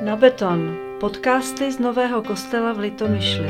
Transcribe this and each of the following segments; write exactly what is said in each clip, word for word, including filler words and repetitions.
Na beton. Podcasty z Nového Kostela v Litomyšli.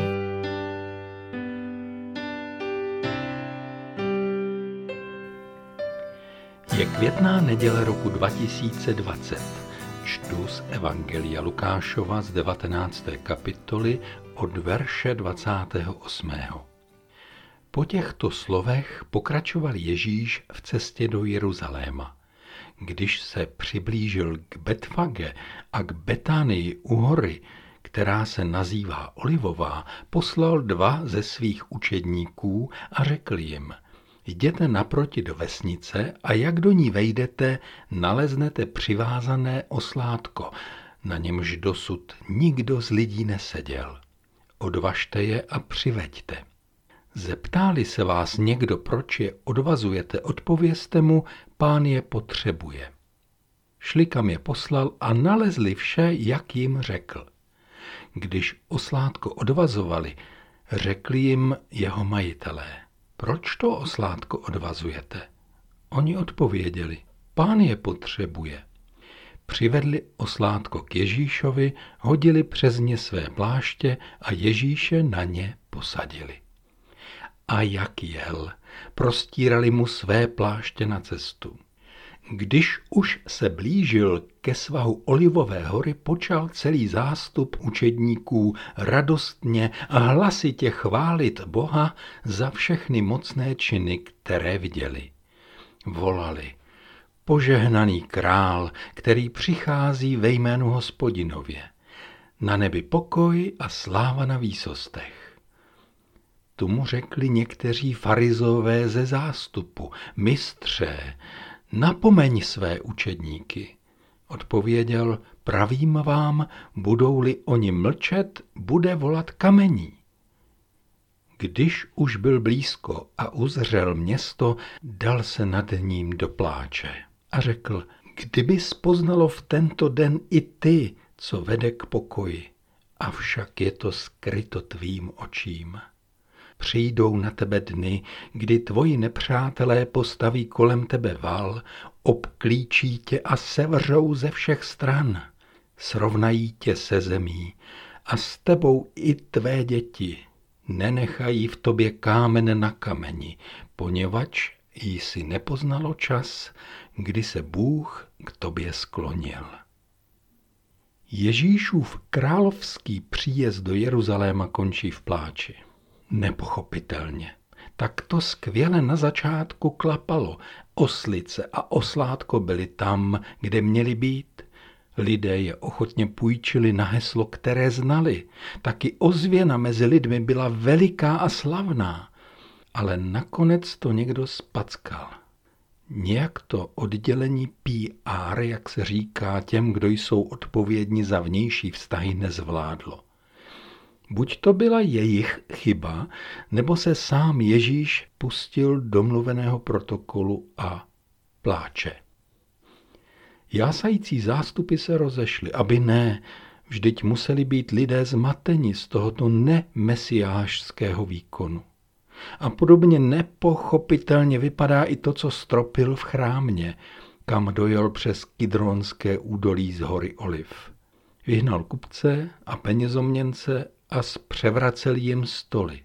Je květná neděle roku dva tisíce dvacet. Čtu z Evangelia Lukášova z devatenácté kapitoly od verše dvacátého osmého Po těchto slovech pokračoval Ježíš v cestě do Jeruzaléma. Když se přiblížil k Betfage a k Betánii u hory, která se nazývá Olivová, poslal dva ze svých učedníků a řekl jim: Jděte naproti do vesnice a jak do ní vejdete, naleznete přivázané oslátko, na němž dosud nikdo z lidí neseděl. Odvažte je a přiveďte. Zeptá-li se vás někdo, proč je odvazujete, odpovězte mu, Pán je potřebuje. Šli, kam je poslal, a nalezli vše, jak jim řekl. Když oslátko odvazovali, řekli jim jeho majitelé: Proč to oslátko odvazujete? Oni odpověděli: Pán je potřebuje. Přivedli oslátko k Ježíšovi, hodili přes ně své pláště a Ježíše na ně posadili. A jak jel, prostírali mu své pláště na cestu. Když už se blížil ke svahu Olivové hory, počal celý zástup učedníků radostně a hlasitě chválit Boha za všechny mocné činy, které viděli. Volali: Požehnaný král, který přichází ve jménu Hospodinově. Na nebi pokoj a sláva na výsostech. Tomu řekli někteří farizové ze zástupu: Mistře, napomeň své učedníky. Odpověděl: Pravím vám, budou-li oni mlčet, bude volat kamení. Když už byl blízko a uzřel město, dal se nad ním do pláče a řekl: Kdybys poznalo v tento den i ty, co vede k pokoji, avšak je to skryto tvým očím. Přijdou na tebe dny, kdy tvoji nepřátelé postaví kolem tebe val, obklíčí tě a sevřou ze všech stran. Srovnají tě se zemí a s tebou i tvé děti. Nenechají v tobě kámen na kameni, poněvadž jsi nepoznalo čas, kdy se Bůh k tobě sklonil. Ježíšův královský příjezd do Jeruzaléma končí v pláči. Nepochopitelně. Tak to skvěle na začátku klapalo. Oslice a oslátko byly tam, kde měly být. Lidé je ochotně půjčili na heslo, které znali. Taky ozvěna mezi lidmi byla veliká a slavná. Ale nakonec to někdo spackal. Nějak to oddělení P R, jak se říká těm, kdo jsou odpovědní za vnější vztahy, nezvládlo. Buď to byla jejich chyba, nebo se sám Ježíš pustil do mluveného protokolu a pláče. Jásající zástupy se rozešly, aby ne, vždyť museli být lidé zmateni z tohoto nemesiášského výkonu. A podobně nepochopitelně vypadá i to, co stropil v chrámě, kam dojel přes Kidronské údolí z hory Oliv. Vyhnal kupce a penězoměnce a zpřevracel jim stoly.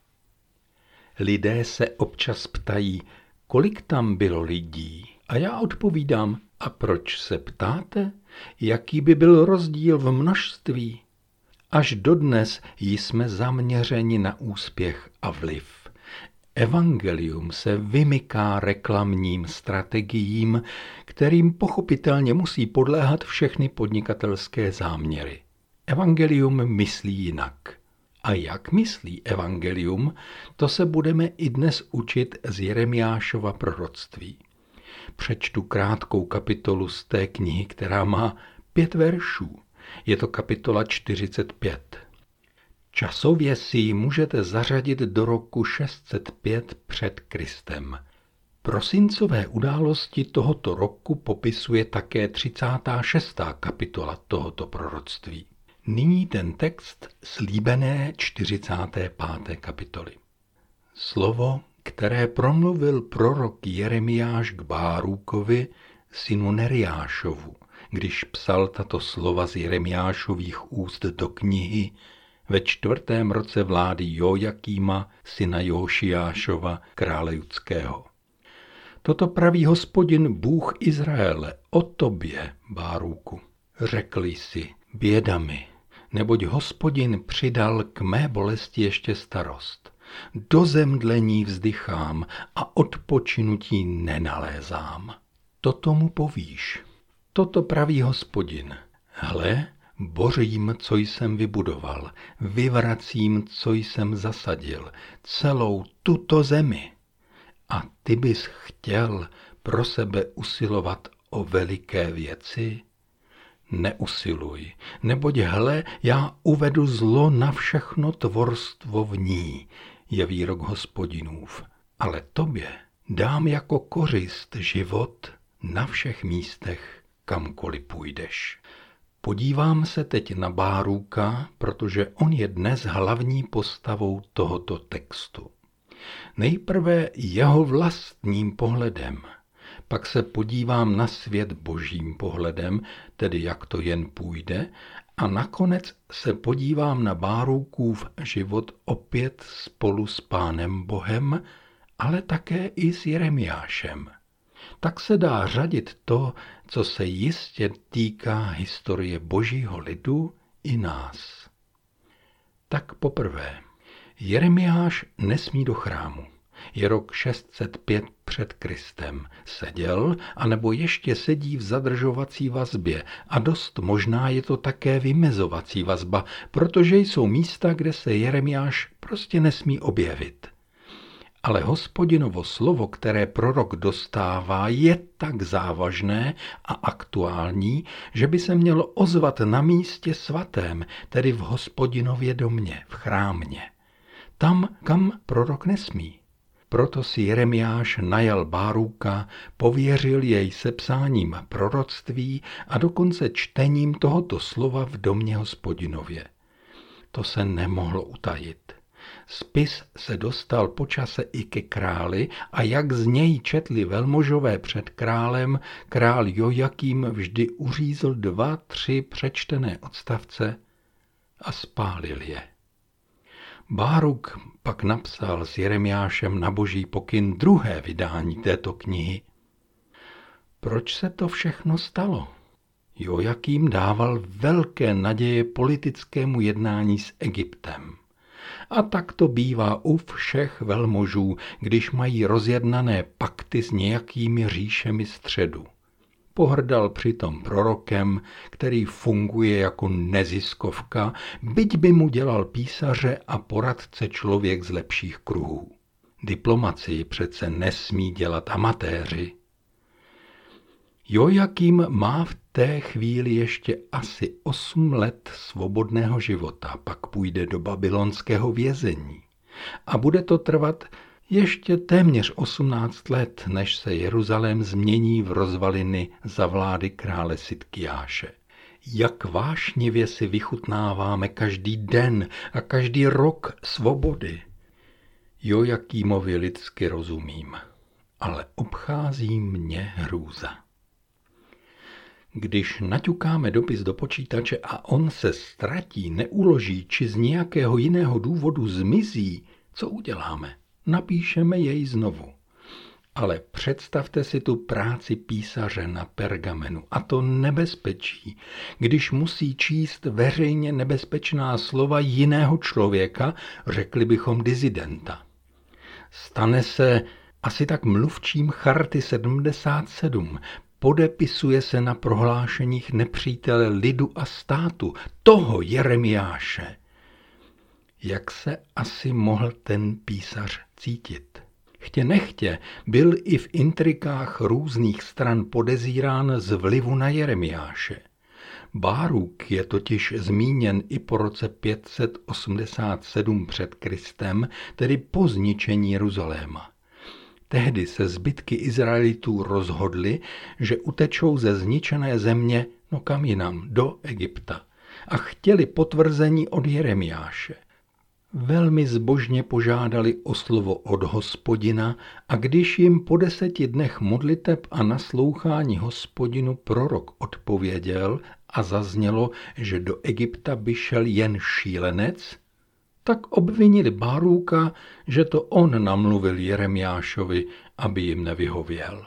Lidé se občas ptají, kolik tam bylo lidí, a já odpovídám: a proč se ptáte? Jaký by byl rozdíl v množství? Až dodnes jsme zaměřeni na úspěch a vliv. Evangelium se vymyká reklamním strategiím, kterým pochopitelně musí podléhat všechny podnikatelské záměry. Evangelium myslí jinak. A jak myslí evangelium, to se budeme i dnes učit z Jeremiášova proroctví. Přečtu krátkou kapitolu z té knihy, která má pět veršů. Je to kapitola čtyřicet pět. Časově si ji můžete zařadit do roku šest set pět před Kristem. Prosincové události tohoto roku popisuje také třicátá šestá kapitola tohoto proroctví. Nyní ten text slíbené čtyřicáté páté kapitoly. Slovo, které promluvil prorok Jeremiáš k Bárúkovi, synu Neriášovu, když psal tato slova z Jeremiášových úst do knihy ve čtvrtém roce vlády Jojakýma, syna Jošiášova, krále judského. Toto praví Hospodin, Bůh Izraele, o tobě, Bárúku. Řekl jsi, běda mi, neboť Hospodin přidal k mé bolesti ještě starost. Do zemdlení vzdychám a odpočinutí nenalézám. Toto mu povíš. Toto praví Hospodin. Hle, bořím, co jsem vybudoval, vyvracím, co jsem zasadil, celou tuto zemi. A ty bys chtěl pro sebe usilovat o veliké věci? Neusiluj, neboť hle, já uvedu zlo na všechno tvorstvo v ní, je výrok Hospodinův. Ale tobě dám jako kořist život na všech místech, kamkoliv půjdeš. Podívám se teď na Bárúka, protože on je dnes hlavní postavou tohoto textu. Nejprve jeho vlastním pohledem, pak se podívám na svět božím pohledem, tedy jak to jen půjde, a nakonec se podívám na Bárúkův život opět spolu s Pánem Bohem, ale také i s Jeremiášem. Tak se dá řadit to, co se jistě týká historie božího lidu i nás. Tak poprvé, Jeremiáš nesmí do chrámu. Je rok šest set pět před Kristem. Seděl, anebo ještě sedí v zadržovací vazbě a dost možná je to také vymezovací vazba, protože jsou místa, kde se Jeremiáš prostě nesmí objevit. Ale Hospodinovo slovo, které prorok dostává, je tak závažné a aktuální, že by se mělo ozvat na místě svatém, tedy v Hospodinově domě, v chrámě. Tam, kam prorok nesmí. Proto si Jeremiáš najal Bárúka, pověřil jej sepsáním proroctví a dokonce čtením tohoto slova v domě Hospodinově. To se nemohlo utajit. Spis se dostal po čase i ke králi a jak z něj četli velmožové před králem, král Jojakým vždy uřízl dva, tři přečtené odstavce a spálil je. Báruk pak napsal s Jeremiášem na boží pokyn druhé vydání této knihy. Proč se to všechno stalo? Jojakým dával velké naděje politickému jednání s Egyptem. A tak to bývá u všech velmožů, když mají rozjednané pakty s nějakými říšemi středu. Pohrdal přitom prorokem, který funguje jako neziskovka, byť by mu dělal písaře a poradce člověk z lepších kruhů. Diplomacii přece nesmí dělat amatéři. Jojakým má v té chvíli ještě asi osm let svobodného života, pak půjde do babylonského vězení. A bude to trvat ještě téměř osmnáct let, než se Jeruzalém změní v rozvaliny za vlády krále Sidkiáše. Jak vášnivě si vychutnáváme každý den a každý rok svobody. Jojakýmovi lidsky rozumím, ale obchází mě hrůza. Když naťukáme dopis do počítače a on se ztratí, neuloží či z nějakého jiného důvodu zmizí, co uděláme? Napíšeme jej znovu. Ale představte si tu práci písaře na pergamenu a to nebezpečí, když musí číst veřejně nebezpečná slova jiného člověka, řekli bychom disidenta. Stane se asi tak mluvčím Charty sedmdesát sedm, podepisuje se na prohlášeních nepřítele lidu a státu, toho Jeremiáše. Jak se asi mohl ten písař cítit? Chtě nechtě byl i v intrikách různých stran podezírán z vlivu na Jeremiáše. Báruk je totiž zmíněn i po roce pět set osmdesát sedm před Kristem, tedy po zničení Jeruzaléma. Tehdy se zbytky Izraelitů rozhodli, že utečou ze zničené země, no kam jinam, do Egypta, a chtěli potvrzení od Jeremiáše. velmi zbožně požádali o slovo od Hospodina, a když jim po deseti dnech modliteb a naslouchání Hospodinu prorok odpověděl a zaznělo, že do Egypta by šel jen šílenec, tak obvinili Bárúka, že to on namluvil Jeremiášovi, aby jim nevyhověl.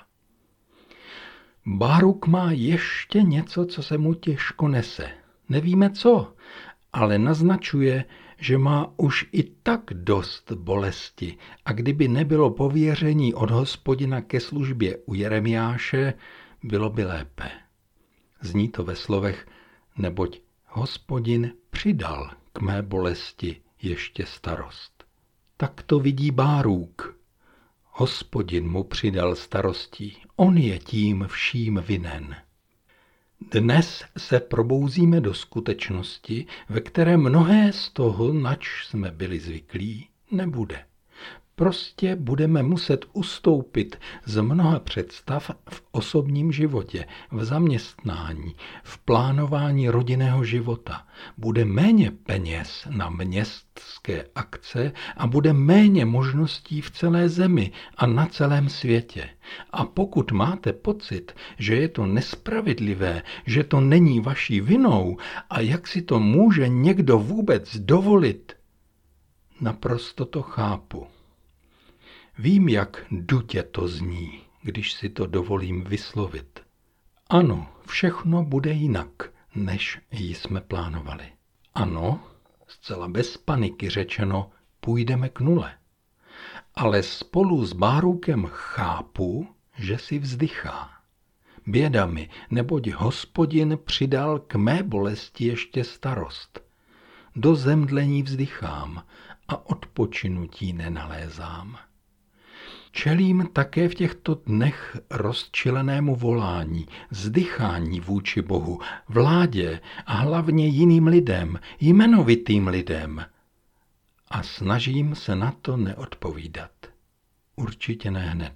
Bárúk má ještě něco, co se mu těžko nese. Nevíme co, ale naznačuje, že má už i tak dost bolesti, a kdyby nebylo pověření od Hospodina ke službě u Jeremiáše, bylo by lépe. Zní to ve slovech, neboť Hospodin přidal k mé bolesti ještě starost. Tak to vidí Bárúk. Hospodin mu přidal starostí, on je tím vším vinen. Dnes se probouzíme do skutečnosti, ve které mnohé z toho, nač jsme byli zvyklí, nebude. Prostě budeme muset ustoupit z mnoha představ v osobním životě, v zaměstnání, v plánování rodinného života. Bude méně peněz na městské akce a bude méně možností v celé zemi a na celém světě. A pokud máte pocit, že je to nespravedlivé, že to není vaší vinou a jak si to může někdo vůbec dovolit, naprosto to chápu. Vím, jak dutě to zní, když si to dovolím vyslovit. Ano, všechno bude jinak, než jsme plánovali. Ano, zcela bez paniky řečeno, půjdeme k nule. Ale spolu s Bárúkem chápu, že si vzdychá. Běda mi, neboť Hospodin přidal k mé bolesti ještě starost. Do zemdlení vzdychám a odpočinutí nenalézám. Čelím také v těchto dnech rozčilenému volání, vzdychání vůči Bohu, vládě a hlavně jiným lidem, jmenovitým lidem. A snažím se na to neodpovídat. Určitě ne hned.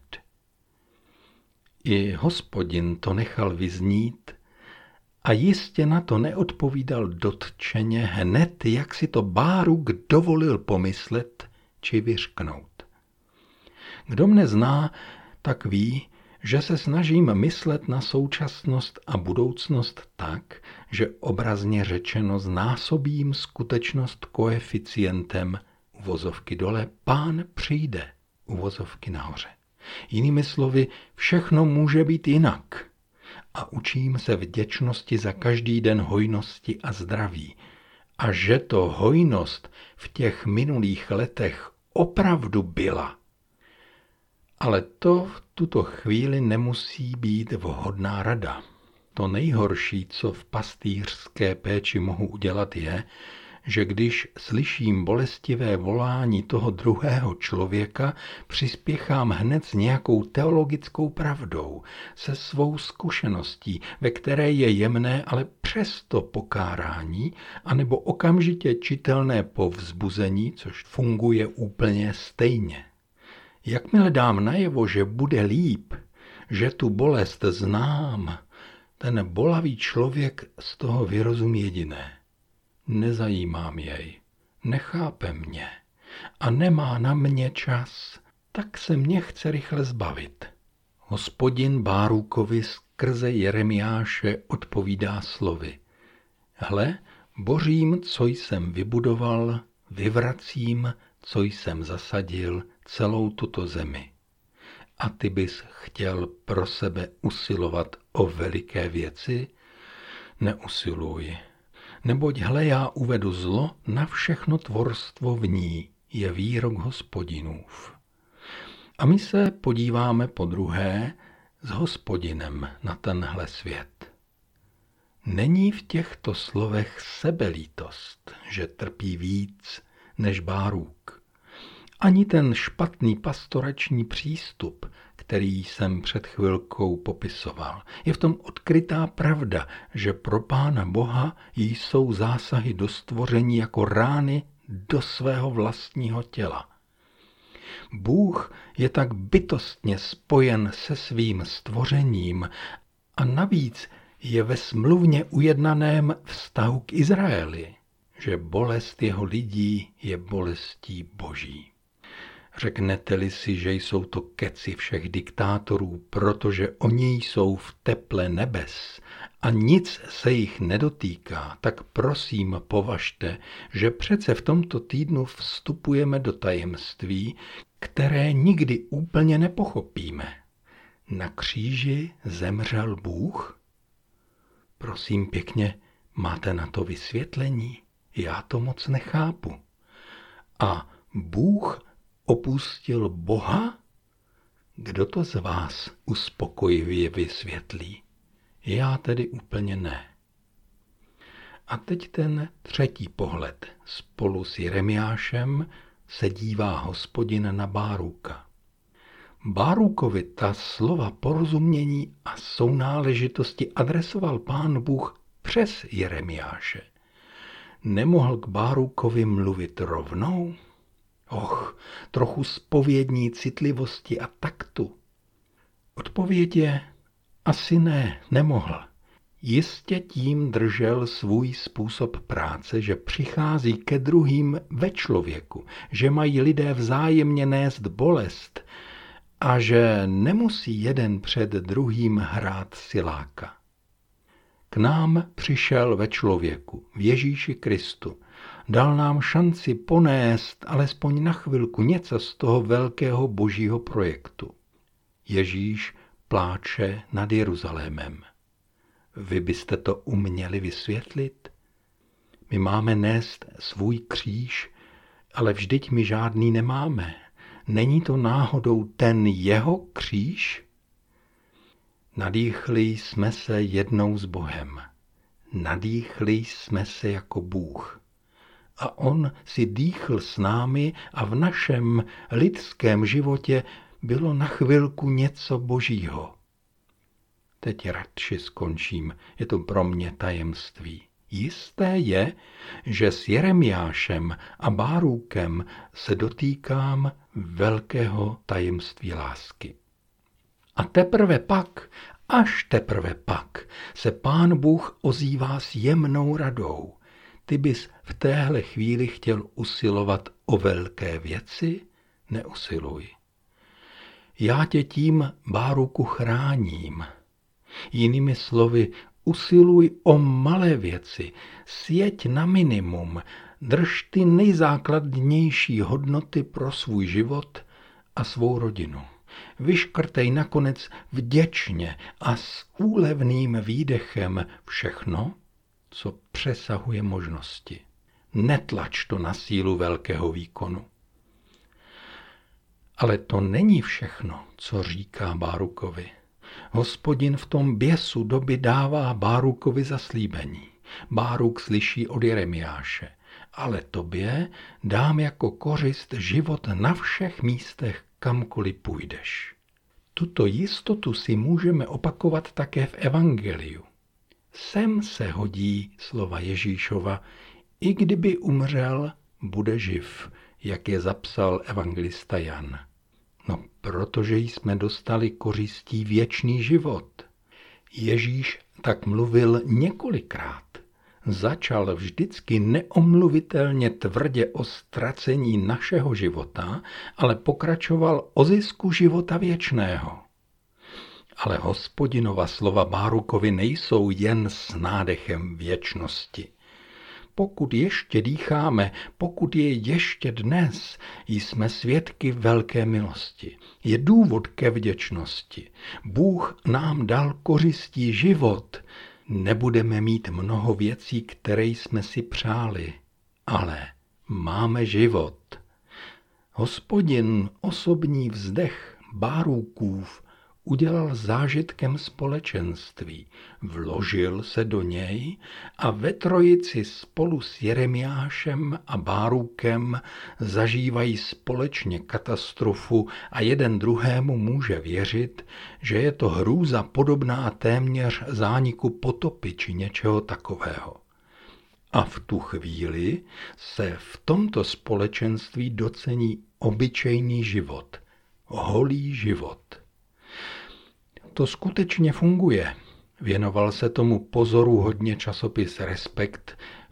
I Hospodin to nechal vyznít a jistě na to neodpovídal dotčeně hned, jak si to Bárúk dovolil pomyslet či vyřknout. Kdo mne zná, tak ví, že se snažím myslet na současnost a budoucnost tak, že obrazně řečeno znásobím skutečnost koeficientem uvozovky dole, Pán přijde, uvozovky nahoře. Jinými slovy, všechno může být jinak. A učím se vděčnosti za každý den hojnosti a zdraví. A že to hojnost v těch minulých letech opravdu byla. Ale to v tuto chvíli nemusí být vhodná rada. To nejhorší, co v pastýřské péči mohu udělat, je, že když slyším bolestivé volání toho druhého člověka, přispěchám hned s nějakou teologickou pravdou, se svou zkušeností, ve které je jemné, ale přesto pokárání, anebo okamžitě čitelné povzbuzení, což funguje úplně stejně. Jakmile dám najevo, že bude líp, že tu bolest znám, ten bolavý člověk z toho vyrozumí jediné. Nezajímám jej, nechápe mě a nemá na mě čas, tak se mě chce rychle zbavit. Hospodin Bárúkovi skrze Jeremiáše odpovídá slovy. Hle, bořím, co jsem vybudoval, vyvracím, co jsem zasadil, celou tuto zemi. A ty bys chtěl pro sebe usilovat o veliké věci? Neusiluj. Neboť hle, já uvedu zlo na všechno tvorstvo v ní, je výrok Hospodinův. A my se podíváme podruhé s Hospodinem na tenhle svět. Není v těchto slovech sebelítost, že trpí víc než Bárúk. Ani ten špatný pastorační přístup, který jsem před chvilkou popisoval. Je v tom odkrytá pravda, že pro Pána Boha jsou zásahy do stvoření jako rány do svého vlastního těla. Bůh je tak bytostně spojen se svým stvořením a navíc je ve smluvně ujednaném vztahu k Izraeli, že bolest jeho lidí je bolestí Boží. Řeknete-li si, že jsou to keci všech diktátorů, protože oni jsou v teple nebes a nic se jich nedotýká, tak prosím považte, že přece v tomto týdnu vstupujeme do tajemství, které nikdy úplně nepochopíme. Na kříži zemřel Bůh? Prosím pěkně, máte na to vysvětlení? Já to moc nechápu. A Bůh opustil Boha? Kdo to z vás uspokojivě vysvětlí? Já tedy úplně ne. A teď ten třetí pohled. Spolu s Jeremiášem se dívá Hospodin na Báruka. Bárukovi ta slova porozumění a sounáležitosti adresoval Pán Bůh přes Jeremiáše. Nemohl k Bárukovi mluvit rovnou? Och, trochu zpovědní citlivosti a taktu. Odpověď je, asi ne, nemohl. Jistě tím držel svůj způsob práce, že přichází ke druhým ve člověku, že mají lidé vzájemně nést bolest a že nemusí jeden před druhým hrát siláka. K nám přišel ve člověku, v Ježíši Kristu. Dal nám šanci ponést alespoň na chvilku něco z toho velkého božího projektu. Ježíš pláče nad Jeruzalémem. Vy byste to uměli vysvětlit? My máme nést svůj kříž, ale vždyť my žádný nemáme. Není to náhodou ten jeho kříž? Nadýchli jsme se jednou s Bohem. Nadýchli jsme se jako Bůh. A on si dýchl s námi a v našem lidském životě bylo na chvilku něco božího. Teď radši skončím, je to pro mě tajemství. Jisté je, že s Jeremiášem a Bárukem se dotýkám velkého tajemství lásky. A teprve pak, až teprve pak, se Pán Bůh ozývá s jemnou radou. Ty bys v téhle chvíli chtěl usilovat o velké věci? Neusiluj. Já tě tím, Báruku, chráním. Jinými slovy, usiluj o malé věci, sjeď na minimum, drž ty nejzákladnější hodnoty pro svůj život a svou rodinu. Vyškrtej nakonec vděčně a s úlevným výdechem všechno, co přesahuje možnosti. Netlač to na sílu velkého výkonu. Ale to není všechno, co říká Bárukovi. Hospodin v tom běsu doby dává Bárukovi zaslíbení. Báruk slyší od Jeremiáše. Ale tobě dám jako kořist život na všech místech, kamkoliv půjdeš. Tuto jistotu si můžeme opakovat také v evangeliu. Sem se hodí slova Ježíšova, i kdyby umřel, bude živ, jak je zapsal evangelista Jan. No, protože jsme dostali kořistí věčný život. Ježíš tak mluvil několikrát. Začal vždycky neomluvitelně tvrdě o ztracení našeho života, ale pokračoval o zisku života věčného. Ale Hospodinova slova Bárukovi nejsou jen s nádechem věčnosti. Pokud ještě dýcháme, pokud je ještě dnes, jsme svědky velké milosti. Je důvod ke vděčnosti. Bůh nám dal kořistí život. Nebudeme mít mnoho věcí, které jsme si přáli, ale máme život. Hospodin osobní vzdech Bárukův udělal zážitkem společenství, vložil se do něj a ve trojici spolu s Jeremiášem a Bárukem zažívají společně katastrofu a jeden druhému může věřit, že je to hrůza podobná téměř zániku potopy či něčeho takového. A v tu chvíli se v tomto společenství docení obyčejný život, holý život. To skutečně funguje. Věnoval se tomu pozoruhodně časopis Respekt v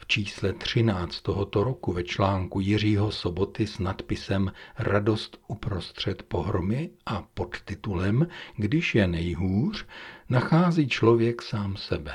čísle třináct tohoto roku ve článku Jiřího Soboty s nadpisem Radost uprostřed pohromy a pod titulem Když je nejhůř, nachází člověk sám sebe.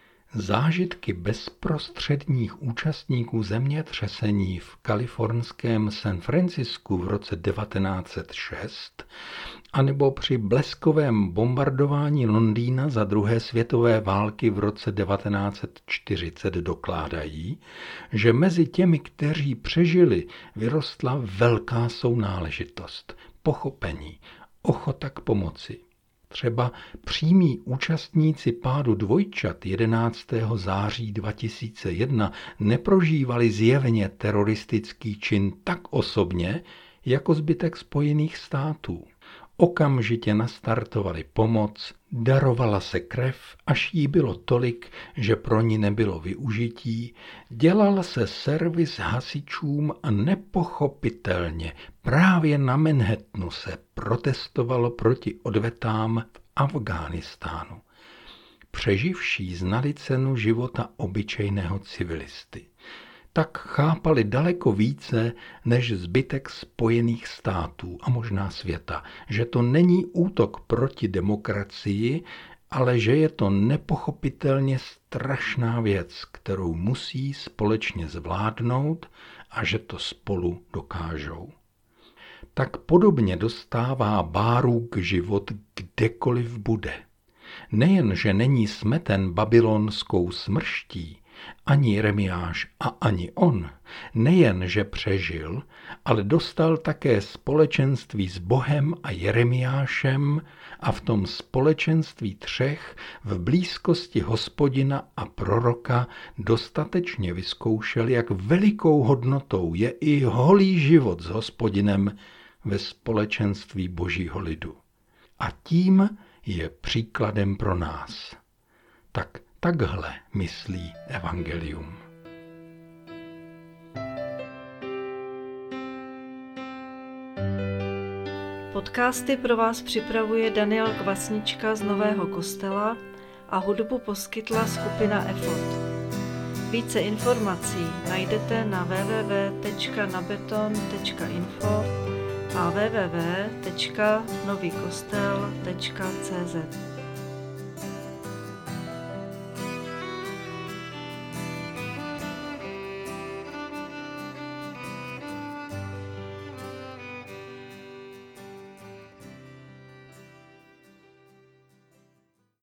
Zážitky bezprostředních účastníků zemětřesení v kalifornském San Francisku v roce devatenáct set šest anebo při bleskovém bombardování Londýna za druhé světové války v roce devatenáct set čtyřicet dokládají, že mezi těmi, kteří přežili, vyrostla velká sounáležitost, pochopení, ochota k pomoci. Třeba přímí účastníci pádu dvojčat jedenáctého září dva tisíce jedna neprožívali zjevně teroristický čin tak osobně, jako zbytek Spojených států. Okamžitě nastartovali pomoc, darovala se krev, až jí bylo tolik, že pro ní nebylo využití, dělal se servis hasičům a nepochopitelně právě na Manhattanu se protestovalo proti odvetám v Afghánistánu. Přeživší znali cenu života obyčejného civilisty. Tak chápali daleko více než zbytek Spojených států a možná světa, že to není útok proti demokracii, ale že je to nepochopitelně strašná věc, kterou musí společně zvládnout a že to spolu dokážou. Tak podobně dostává Báruk život kdekoliv bude. Nejen, že není smeten babylonskou smrští, ani Jeremiáš a ani on, nejen, že přežil, ale dostal také společenství s Bohem a Jeremiášem a v tom společenství třech v blízkosti Hospodina a proroka dostatečně vyzkoušel, jak velikou hodnotou je i holý život s Hospodinem ve společenství Božího lidu. A tím je příkladem pro nás. Tak takhle myslí evangelium. Podcasty pro vás připravuje Daniel Kvasnička z Nového Kostela a hudbu poskytla skupina Efod. Více informací najdete na w w w tečka nabeton tečka info a w w w tečka nový kostel tečka c z.